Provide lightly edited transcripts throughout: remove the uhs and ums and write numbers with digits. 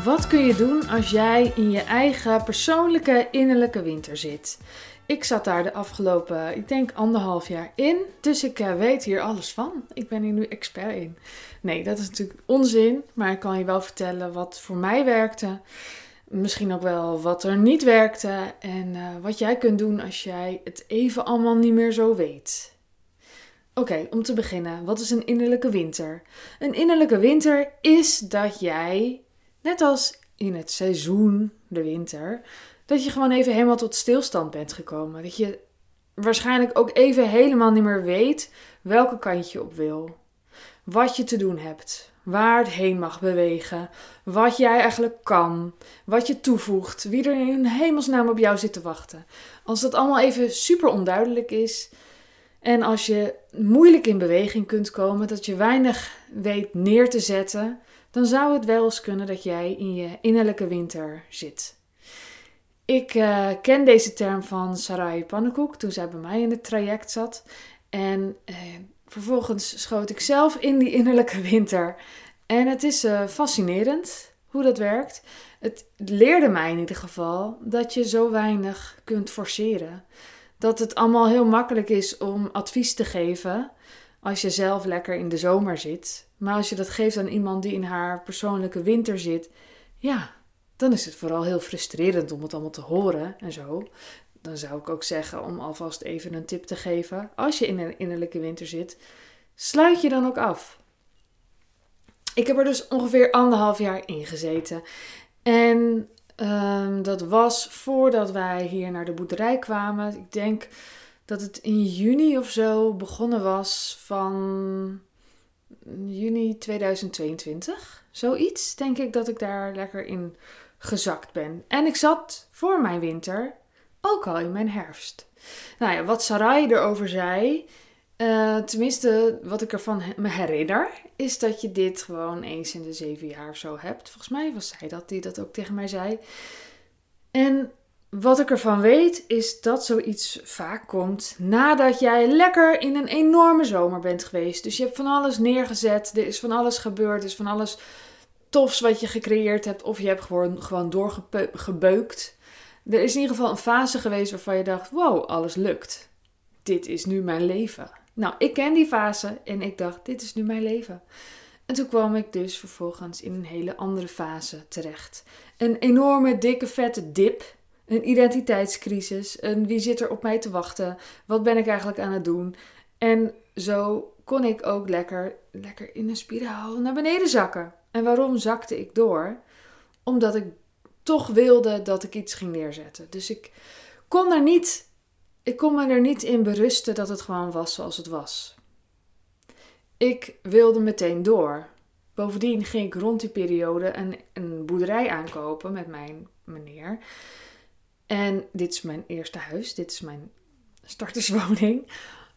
Wat kun je doen als jij in je eigen persoonlijke innerlijke winter zit? Ik zat daar de afgelopen, ik denk 1,5 jaar in, dus ik weet hier alles van. Ik ben hier nu expert in. Nee, dat is natuurlijk onzin, maar ik kan je wel vertellen wat voor mij werkte. Misschien ook wel wat er niet werkte en wat jij kunt doen als jij het even allemaal niet meer zo weet. Oké, om te beginnen, wat is een innerlijke winter? Een innerlijke winter is dat jij, net als in het seizoen, de winter, dat je gewoon even helemaal tot stilstand bent gekomen. Dat je waarschijnlijk ook even helemaal niet meer weet welke kant je op wil. Wat je te doen hebt, waar het heen mag bewegen, wat jij eigenlijk kan, wat je toevoegt, wie er in hemelsnaam op jou zit te wachten. Als dat allemaal even super onduidelijk is en als je moeilijk in beweging kunt komen, dat je weinig weet neer te zetten, dan zou het wel eens kunnen dat jij in je innerlijke winter zit. Ik ken deze term van Sarai Pannenkoek toen zij bij mij in het traject zat. En vervolgens schoot ik zelf in die innerlijke winter. En het is fascinerend hoe dat werkt. Het leerde mij in ieder geval dat je zo weinig kunt forceren. Dat het allemaal heel makkelijk is om advies te geven als je zelf lekker in de zomer zit. Maar als je dat geeft aan iemand die in haar persoonlijke winter zit, ja, dan is het vooral heel frustrerend om het allemaal te horen en zo. Dan zou ik ook zeggen om alvast even een tip te geven. Als je in een innerlijke winter zit, sluit je dan ook af. Ik heb er dus ongeveer 1,5 jaar in gezeten. En dat was voordat wij hier naar de boerderij kwamen. Ik denk dat het in juni of zo begonnen was van juni 2022. Zoiets denk ik dat ik daar lekker in gezakt ben. En ik zat voor mijn winter ook al in mijn herfst. Nou ja, wat Sarai erover zei, tenminste wat ik ervan me herinner, is dat je dit gewoon eens in de 7 jaar of zo hebt. Volgens mij was zij dat die dat ook tegen mij zei. En wat ik ervan weet is dat zoiets vaak komt nadat jij lekker in een enorme zomer bent geweest. Dus je hebt van alles neergezet, er is van alles gebeurd, er is van alles tofs wat je gecreëerd hebt of je hebt gewoon doorgebeukt. Er is in ieder geval een fase geweest waarvan je dacht, wow, alles lukt. Dit is nu mijn leven. Nou, ik ken die fase en ik dacht, dit is nu mijn leven. En toen kwam ik dus vervolgens in een hele andere fase terecht. Een enorme, dikke, vette dip. Een identiteitscrisis. Een wie zit er op mij te wachten? Wat ben ik eigenlijk aan het doen? En zo kon ik ook lekker in een spiraal naar beneden zakken. En waarom zakte ik door? Omdat ik toch wilde dat ik iets ging neerzetten. Dus ik kon me er niet in berusten dat het gewoon was zoals het was. Ik wilde meteen door. Bovendien ging ik rond die periode een boerderij aankopen met mijn meneer. En dit is mijn eerste huis. Dit is mijn starterswoning.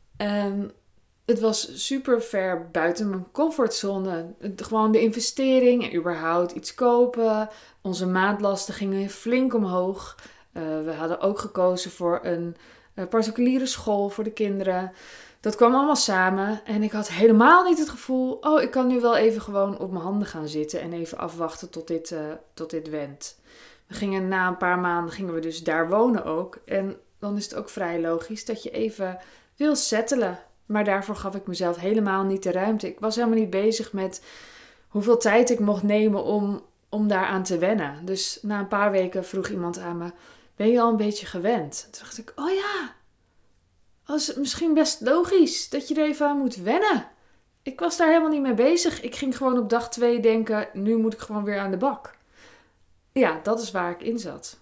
Het was super ver buiten mijn comfortzone. Gewoon de investering en überhaupt iets kopen. Onze maandlasten gingen flink omhoog. We hadden ook gekozen voor een particuliere school voor de kinderen. Dat kwam allemaal samen. En ik had helemaal niet het gevoel, ik kan nu wel even gewoon op mijn handen gaan zitten en even afwachten tot dit wendt. Na een paar maanden gingen we dus daar wonen ook. En dan is het ook vrij logisch dat je even wil settelen. Maar daarvoor gaf ik mezelf helemaal niet de ruimte. Ik was helemaal niet bezig met hoeveel tijd ik mocht nemen om daaraan te wennen. Dus na een paar weken vroeg iemand aan me, ben je al een beetje gewend? Toen dacht ik, oh ja, dat is misschien best logisch dat je er even aan moet wennen. Ik was daar helemaal niet mee bezig. Ik ging gewoon op dag 2 denken, nu moet ik gewoon weer aan de bak. Ja, dat is waar ik in zat.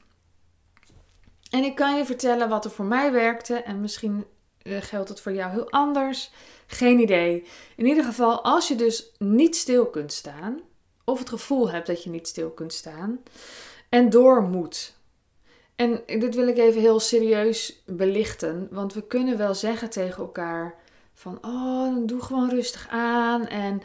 En ik kan je vertellen wat er voor mij werkte. En misschien geldt het voor jou heel anders. Geen idee. In ieder geval, als je dus niet stil kunt staan. Of het gevoel hebt dat je niet stil kunt staan. En door moet. En dit wil ik even heel serieus belichten. Want we kunnen wel zeggen tegen elkaar van, dan doe gewoon rustig aan. En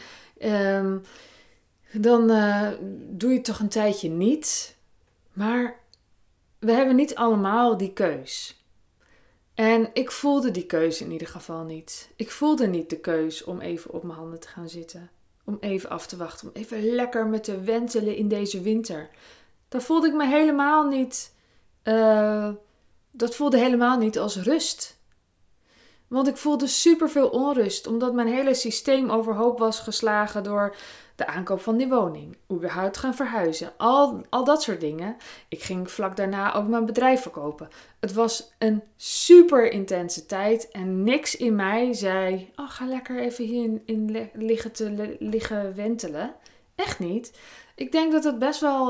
dan doe je het toch een tijdje niet. Maar we hebben niet allemaal die keus. En ik voelde die keus in ieder geval niet. Ik voelde niet de keus om even op mijn handen te gaan zitten. om even af te wachten. Om even lekker me te wentelen in deze winter. Dat voelde ik me helemaal niet... dat voelde helemaal niet als rust. Want ik voelde superveel onrust. Omdat mijn hele systeem overhoop was geslagen door de aankoop van die woning. Überhaupt gaan verhuizen. Al dat soort dingen. Ik ging vlak daarna ook mijn bedrijf verkopen. Het was een super intense tijd. En niks in mij zei... Oh, ga lekker even hier liggen wentelen. Echt niet. Ik denk dat het best wel...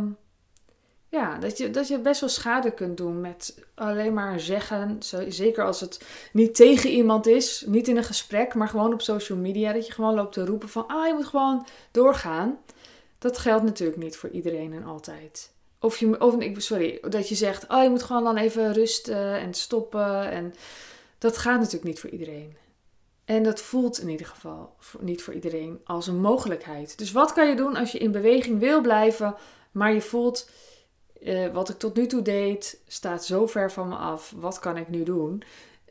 dat je best wel schade kunt doen met alleen maar zeggen. Zeker als het niet tegen iemand is. Niet in een gesprek, maar gewoon op social media. Dat je gewoon loopt te roepen van... je moet gewoon doorgaan. Dat geldt natuurlijk niet voor iedereen en altijd. Dat je zegt... je moet gewoon dan even rusten en stoppen. En dat gaat natuurlijk niet voor iedereen. En dat voelt in ieder geval niet voor iedereen als een mogelijkheid. Dus wat kan je doen als je in beweging wil blijven... maar je voelt... wat ik tot nu toe deed, staat zo ver van me af. Wat kan ik nu doen?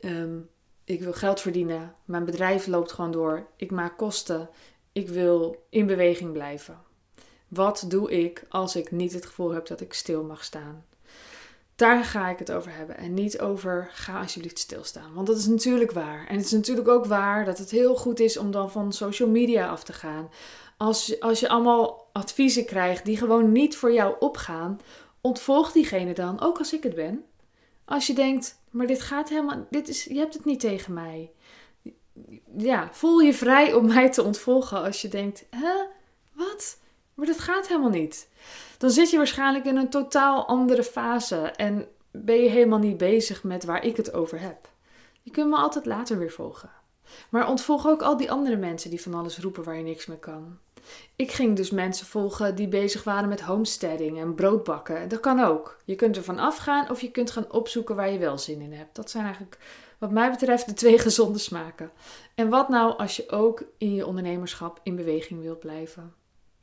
Ik wil geld verdienen. Mijn bedrijf loopt gewoon door. Ik maak kosten. Ik wil in beweging blijven. Wat doe ik als ik niet het gevoel heb dat ik stil mag staan? Daar ga ik het over hebben. En niet over, ga alsjeblieft stilstaan. Want dat is natuurlijk waar. En het is natuurlijk ook waar dat het heel goed is om dan van social media af te gaan. Als je allemaal adviezen krijgt die gewoon niet voor jou opgaan... ontvolg diegene dan, ook als ik het ben. Als je denkt, maar dit gaat helemaal... je hebt het niet tegen mij. Ja, voel je vrij om mij te ontvolgen als je denkt... Wat? Maar dat gaat helemaal niet. Dan zit je waarschijnlijk in een totaal andere fase... en ben je helemaal niet bezig met waar ik het over heb. Je kunt me altijd later weer volgen. Maar ontvolg ook al die andere mensen die van alles roepen waar je niks mee kan. Ik ging dus mensen volgen die bezig waren met homesteading en broodbakken. Dat kan ook. Je kunt ervan afgaan of je kunt gaan opzoeken waar je wel zin in hebt. Dat zijn eigenlijk, wat mij betreft, de 2 gezonde smaken. En wat nou als je ook in je ondernemerschap in beweging wilt blijven?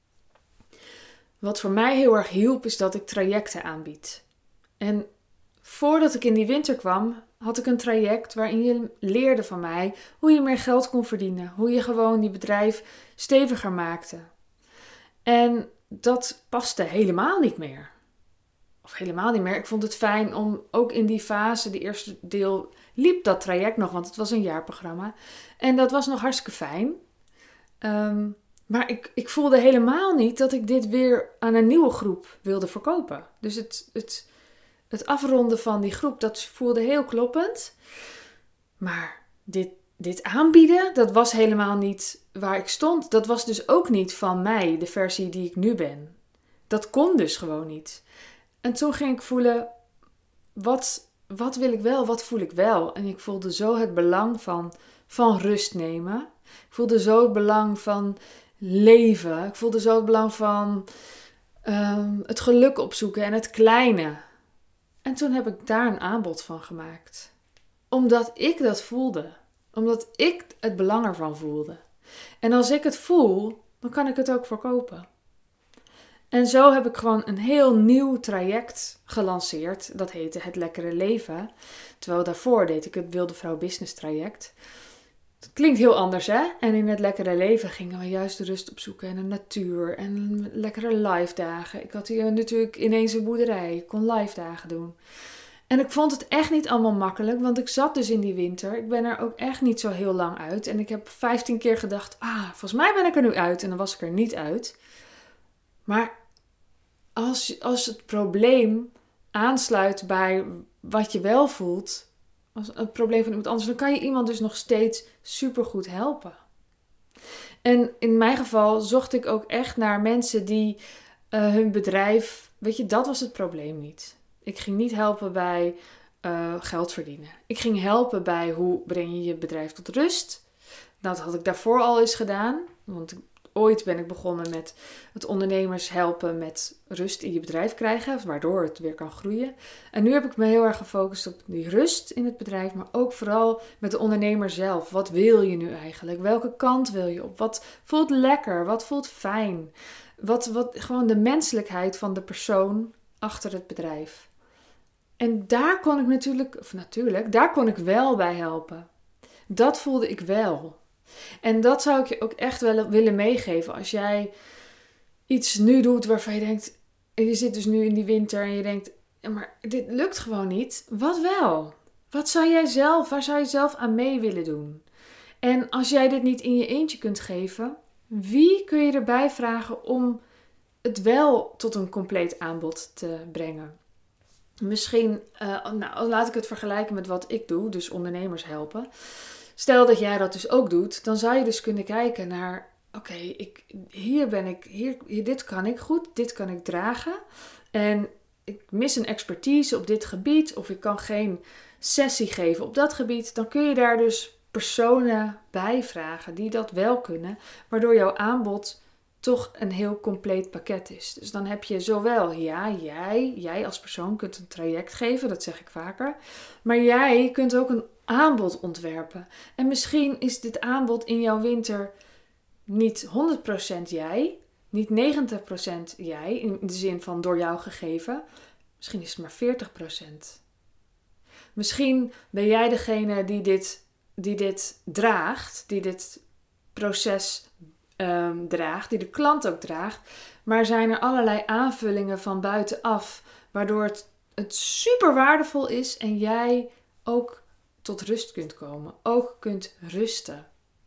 Wat voor mij heel erg hielp is dat ik trajecten aanbied. En voordat ik in die winter kwam, had ik een traject waarin je leerde van mij hoe je meer geld kon verdienen. Hoe je gewoon die bedrijf steviger maakte. En dat paste helemaal niet meer. Of helemaal niet meer. Ik vond het fijn om ook in die fase, die eerste deel, liep dat traject nog, want het was een jaarprogramma. En dat was nog hartstikke fijn. Maar ik voelde helemaal niet dat ik dit weer aan een nieuwe groep wilde verkopen. Dus het afronden van die groep, dat voelde heel kloppend. Maar dit aanbieden, dat was helemaal niet waar ik stond. Dat was dus ook niet van mij, de versie die ik nu ben. Dat kon dus gewoon niet. En toen ging ik voelen, wat wil ik wel, wat voel ik wel? En ik voelde zo het belang van rust nemen. Ik voelde zo het belang van leven. Ik voelde zo het belang van het geluk opzoeken en het kleine. En toen heb ik daar een aanbod van gemaakt. Omdat ik dat voelde. Omdat ik het belang ervan voelde. En als ik het voel, dan kan ik het ook verkopen. En zo heb ik gewoon een heel nieuw traject gelanceerd. Dat heette Het Lekkere Leven. Terwijl daarvoor deed ik het Wilde Vrouw Business traject. Het klinkt heel anders, hè? En in Het Lekkere Leven gingen we juist de rust opzoeken en de natuur en lekkere live dagen. Ik had hier natuurlijk ineens een boerderij. Ik kon live dagen doen. En ik vond het echt niet allemaal makkelijk, want ik zat dus in die winter. Ik ben er ook echt niet zo heel lang uit. En ik heb 15 keer gedacht, volgens mij ben ik er nu uit. En dan was ik er niet uit. Maar als het probleem aansluit bij wat je wel voelt, als het probleem van iemand anders, dan kan je iemand dus nog steeds supergoed helpen. En in mijn geval zocht ik ook echt naar mensen die hun bedrijf, dat was het probleem niet. Ik ging niet helpen bij geld verdienen. Ik ging helpen bij hoe breng je je bedrijf tot rust. Dat had ik daarvoor al eens gedaan. Want ooit ben ik begonnen met het ondernemers helpen met rust in je bedrijf krijgen. Waardoor het weer kan groeien. En nu heb ik me heel erg gefocust op die rust in het bedrijf. Maar ook vooral met de ondernemer zelf. Wat wil je nu eigenlijk? Welke kant wil je op? Wat voelt lekker? Wat voelt fijn? Wat gewoon de menselijkheid van de persoon achter het bedrijf. En daar kon ik daar kon ik wel bij helpen. Dat voelde ik wel. En dat zou ik je ook echt wel willen meegeven. Als jij iets nu doet waarvan je denkt, en je zit dus nu in die winter en je denkt, ja, maar dit lukt gewoon niet. Wat wel? Waar zou je zelf aan mee willen doen? En als jij dit niet in je eentje kunt geven, wie kun je erbij vragen om het wel tot een compleet aanbod te brengen? Misschien, laat ik het vergelijken met wat ik doe, dus ondernemers helpen. Stel dat jij dat dus ook doet, dan zou je dus kunnen kijken naar, oké, dit kan ik goed, dit kan ik dragen. En ik mis een expertise op dit gebied, of ik kan geen sessie geven op dat gebied. Dan kun je daar dus personen bij vragen die dat wel kunnen, waardoor jouw aanbod toch een heel compleet pakket is. Dus dan heb je zowel, jij als persoon kunt een traject geven, dat zeg ik vaker. Maar jij kunt ook een aanbod ontwerpen. En misschien is dit aanbod in jouw winter niet 100% jij, niet 90% jij, in de zin van door jou gegeven. Misschien is het maar 40%. Misschien ben jij degene die dit draagt, die dit proces draagt, die de klant ook draagt. Maar zijn er allerlei aanvullingen van buitenaf, waardoor het super waardevol is en jij ook tot rust kunt komen, ook kunt rusten.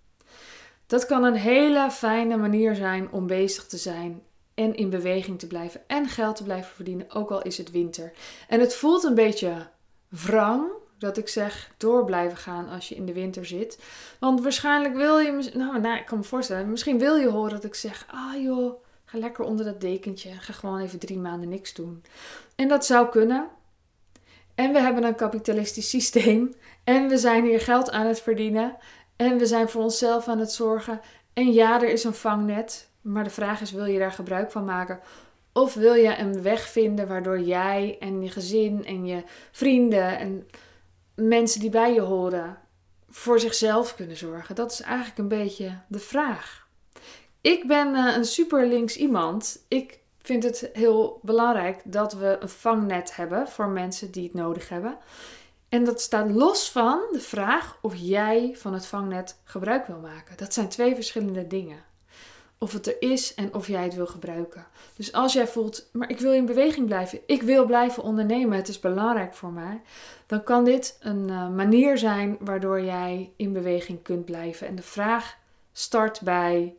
Dat kan een hele fijne manier zijn om bezig te zijn en in beweging te blijven en geld te blijven verdienen, ook al is het winter. En het voelt een beetje wrang dat ik zeg door blijven gaan als je in de winter zit. Want waarschijnlijk wil je, ik kan me voorstellen, misschien wil je horen dat ik zeg, joh, ga lekker onder dat dekentje, ga gewoon even 3 maanden niks doen. En dat zou kunnen. En we hebben een kapitalistisch systeem. En we zijn hier geld aan het verdienen. En we zijn voor onszelf aan het zorgen. En ja, er is een vangnet. Maar de vraag is, wil je daar gebruik van maken? Of wil je een weg vinden waardoor jij en je gezin en je vrienden en mensen die bij je horen voor zichzelf kunnen zorgen? Dat is eigenlijk een beetje de vraag. Ik ben een super links iemand. Ik vind het heel belangrijk dat we een vangnet hebben voor mensen die het nodig hebben. En dat staat los van de vraag of jij van het vangnet gebruik wil maken. Dat zijn 2 verschillende dingen. Of het er is en of jij het wil gebruiken. Dus als jij voelt, maar ik wil in beweging blijven. Ik wil blijven ondernemen. Het is belangrijk voor mij. Dan kan dit een manier zijn waardoor jij in beweging kunt blijven. En de vraag start bij,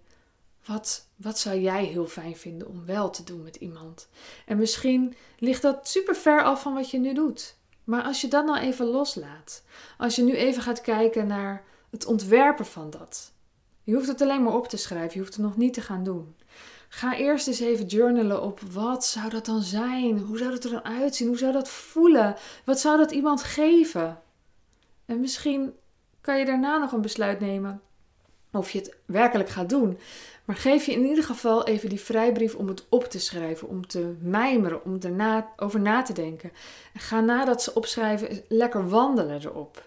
wat zou jij heel fijn vinden om wel te doen met iemand? En misschien ligt dat super ver af van wat je nu doet. Maar als je dat nou even loslaat. Als je nu even gaat kijken naar het ontwerpen van dat. Je hoeft het alleen maar op te schrijven. Je hoeft het nog niet te gaan doen. Ga eerst eens even journalen op wat zou dat dan zijn? Hoe zou dat er dan uitzien? Hoe zou dat voelen? Wat zou dat iemand geven? En misschien kan je daarna nog een besluit nemen of je het werkelijk gaat doen. Maar geef je in ieder geval even die vrijbrief om het op te schrijven, om te mijmeren, om over na te denken. En ga nadat ze opschrijven lekker wandelen erop.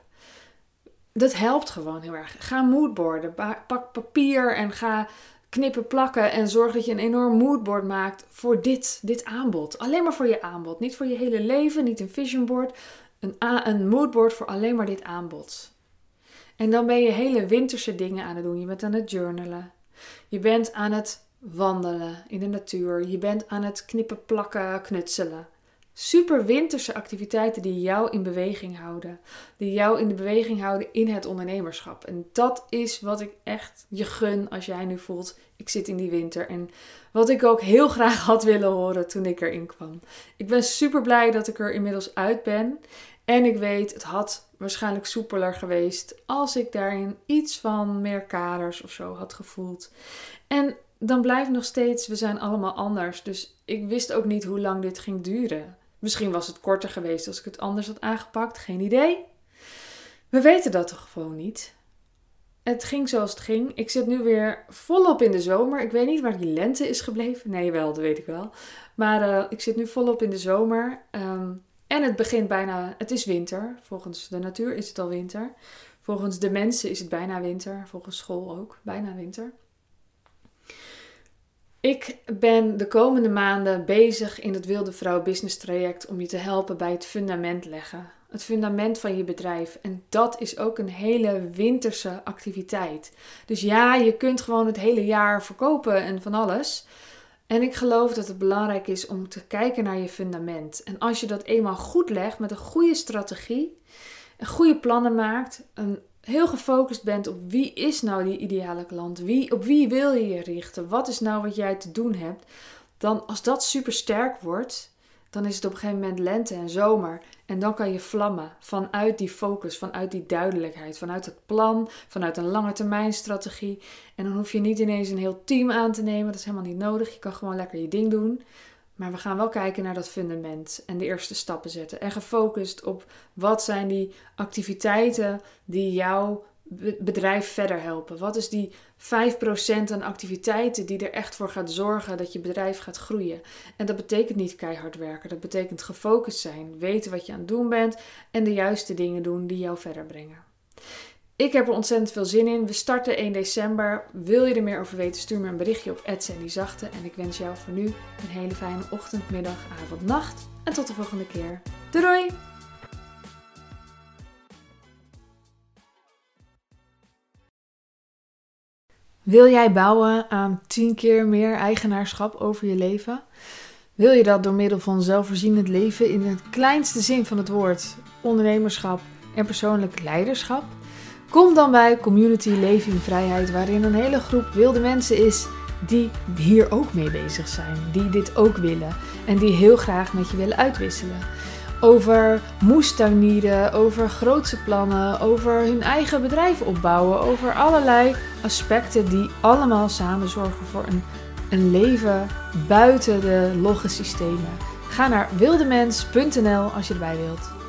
Dat helpt gewoon heel erg. Ga moodboarden. Pak papier en ga knippen, plakken en zorg dat je een enorm moodboard maakt voor dit aanbod. Alleen maar voor je aanbod. Niet voor je hele leven, niet een vision board. Een moodboard voor alleen maar dit aanbod. En dan ben je hele winterse dingen aan het doen. Je bent aan het journalen. Je bent aan het wandelen in de natuur. Je bent aan het knippen, plakken, knutselen. Super winterse activiteiten die jou in beweging houden. Die jou in de beweging houden in het ondernemerschap. En dat is wat ik echt je gun als jij nu voelt, ik zit in die winter. En wat ik ook heel graag had willen horen toen ik erin kwam. Ik ben super blij dat ik er inmiddels uit ben. En ik weet, het had waarschijnlijk soepeler geweest als ik daarin iets van meer kaders of zo had gevoeld. En dan blijft nog steeds, we zijn allemaal anders. Dus ik wist ook niet hoe lang dit ging duren. Misschien was het korter geweest als ik het anders had aangepakt. Geen idee. We weten dat toch gewoon niet. Het ging zoals het ging. Ik zit nu weer volop in de zomer. Ik weet niet waar die lente is gebleven. Nee, wel, dat weet ik wel. Maar ik zit nu volop in de zomer. En het begint bijna, het is winter. Volgens de natuur is het al winter. Volgens de mensen is het bijna winter. Volgens school ook, bijna winter. Ik ben de komende maanden bezig in het Wilde Vrouw Business traject om je te helpen bij het fundament leggen. het fundament van je bedrijf. En dat is ook een hele winterse activiteit. Dus ja, je kunt gewoon het hele jaar verkopen en van alles. En ik geloof dat het belangrijk is om te kijken naar je fundament. En als je dat eenmaal goed legt met een goede strategie, een goede plannen maakt, heel gefocust bent op wie is nou die ideale klant, op wie wil je je richten, wat is nou wat jij te doen hebt, dan als dat super sterk wordt, dan is het op een gegeven moment lente en zomer. En dan kan je vlammen vanuit die focus, vanuit die duidelijkheid, vanuit het plan, vanuit een lange termijn strategie. En dan hoef je niet ineens een heel team aan te nemen, dat is helemaal niet nodig. Je kan gewoon lekker je ding doen. Maar we gaan wel kijken naar dat fundament en de eerste stappen zetten. En gefocust op wat zijn die activiteiten die jouw bedrijf verder helpen. Wat is die 5% aan activiteiten die er echt voor gaat zorgen dat je bedrijf gaat groeien. En dat betekent niet keihard werken. Dat betekent gefocust zijn, weten wat je aan het doen bent en de juiste dingen doen die jou verder brengen. Ik heb er ontzettend veel zin in. We starten 1 december. Wil je er meer over weten, stuur me een berichtje op @sandyzachte. En ik wens jou voor nu een hele fijne ochtend, middag, avond, nacht. En tot de volgende keer. Doei! Wil jij bouwen aan 10 keer meer eigenaarschap over je leven? Wil je dat door middel van zelfvoorzienend leven in de kleinste zin van het woord, ondernemerschap en persoonlijk leiderschap? Kom dan bij Community Leven in Vrijheid, waarin een hele groep wilde mensen is die hier ook mee bezig zijn, die dit ook willen en die heel graag met je willen uitwisselen. Over moestuinieren, over grootse plannen, over hun eigen bedrijf opbouwen, over allerlei aspecten die allemaal samen zorgen voor een leven buiten de logge systemen. Ga naar wildemens.nl als je erbij wilt.